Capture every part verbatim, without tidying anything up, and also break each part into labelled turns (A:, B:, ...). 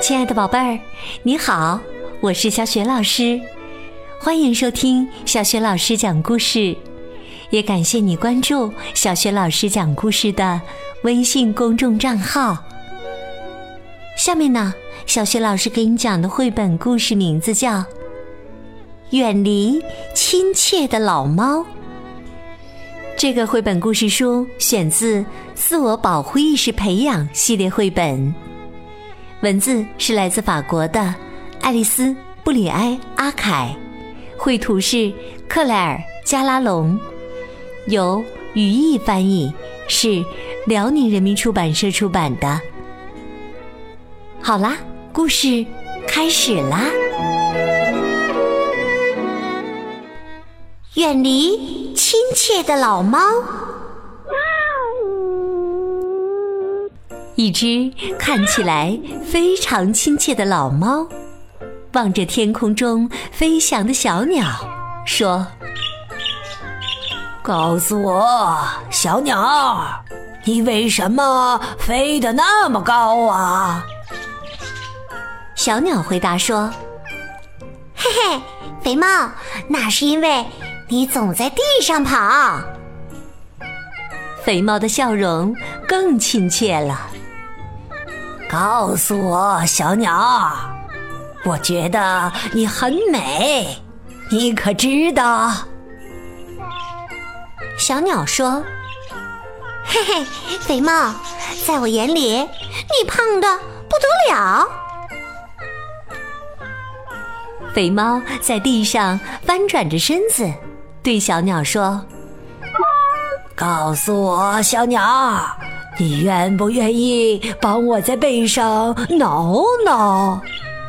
A: 亲爱的宝贝儿，你好，我是小雪老师，欢迎收听小雪老师讲故事，也感谢你关注小雪老师讲故事的微信公众账号。下面呢，小雪老师给你讲的绘本故事名字叫《远离亲切的老猫》。这个绘本故事书选自《自我保护意识培养》系列绘本，文字是来自法国的爱丽丝·布里埃·阿凯，绘图是克莱尔·加拉隆，由语义翻译，是辽宁人民出版社出版的。好啦，故事开始啦！远离亲切的老猫。一只看起来非常亲切的老猫，望着天空中飞翔的小鸟，说：
B: 告诉我，小鸟，你为什么飞得那么高啊？
A: 小鸟回答说：
C: 嘿嘿，肥猫，那是因为你总在地上跑。
A: 肥猫的笑容更亲切了。
B: 告诉我，小鸟，我觉得你很美，你可知道？
C: 小鸟说：嘿嘿，肥猫，在我眼里，你胖得不得了。
A: 肥猫在地上翻转着身子，对小鸟说：
B: 告诉我，小鸟，你愿不愿意帮我在背上挠挠？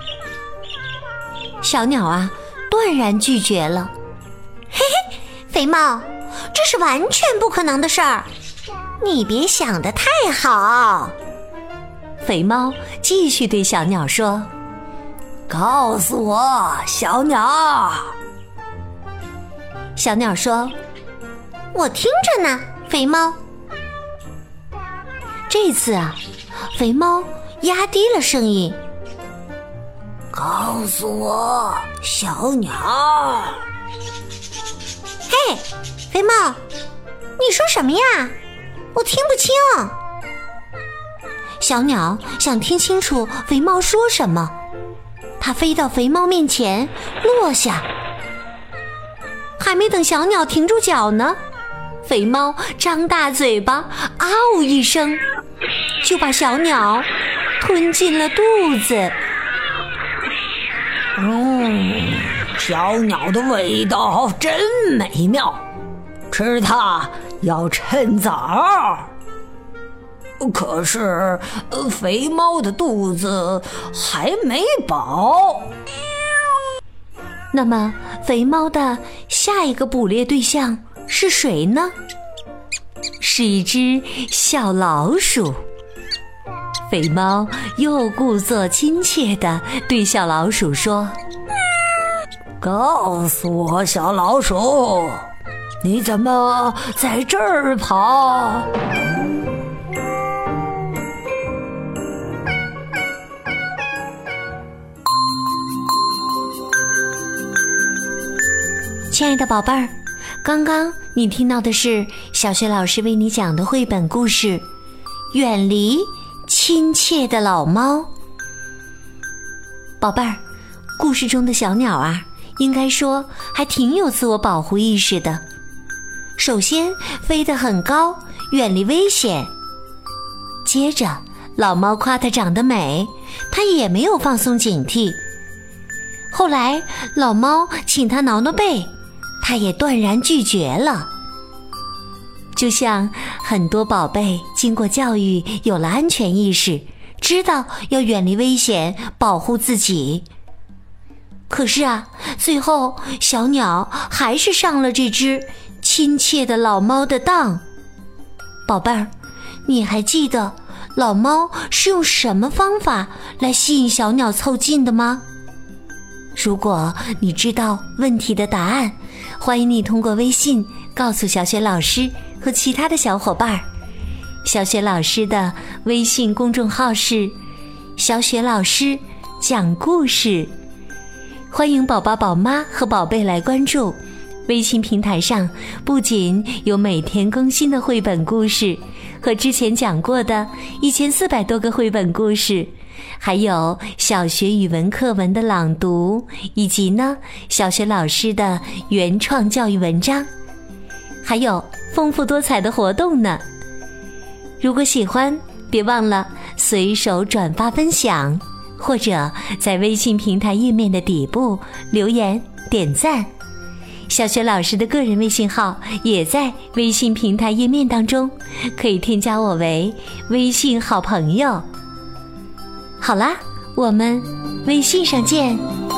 A: 小鸟啊，断然拒绝了。
C: 嘿嘿，肥猫，这是完全不可能的事儿，你别想得太好。
A: 肥猫继续对小鸟说：
B: 告诉我，小鸟。
A: 小鸟说：
C: 我听着呢，肥猫。
A: 这次啊，肥猫压低了声音：
B: 告诉我，小鸟。
C: 嘿，肥猫，你说什么呀？我听不清。
A: 小鸟想听清楚肥猫说什么，它飞到肥猫面前落下，还没等小鸟停住脚呢，肥猫张大嘴巴，嗷一声，就把小鸟吞进了肚子。
B: 嗯，小鸟的味道真美妙，吃它要趁早。可是，肥猫的肚子还没饱。
A: 那么，肥猫的下一个捕猎对象是谁呢？是一只小老鼠。肥猫又故作亲切地对小老鼠说：
B: 告诉我，小老鼠，你怎么在这儿跑？
A: 亲爱的宝贝儿，刚刚你听到的是小雪老师为你讲的绘本故事《远离亲切的老猫》。宝贝儿，故事中的小鸟啊，应该说还挺有自我保护意识的。首先飞得很高，远离危险。接着老猫夸它长得美，它也没有放松警惕。后来老猫请它挠挠背，它也断然拒绝了。就像很多宝贝经过教育有了安全意识，知道要远离危险，保护自己。可是啊，最后小鸟还是上了这只亲切的老猫的当。宝贝儿，你还记得老猫是用什么方法来吸引小鸟凑近的吗？如果你知道问题的答案，欢迎你通过微信告诉小雪老师和其他的小伙伴。小雪老师的微信公众号是小雪老师讲故事。欢迎宝宝、宝妈和宝贝来关注。微信平台上不仅有每天更新的绘本故事，和之前讲过的一千四百多个绘本故事，还有小学语文课文的朗读，以及呢小学老师的原创教育文章，还有丰富多彩的活动呢。如果喜欢，别忘了随手转发分享，或者在微信平台页面的底部留言点赞。小学老师的个人微信号也在微信平台页面当中，可以添加我为微信好朋友。好啦，我们微信上见。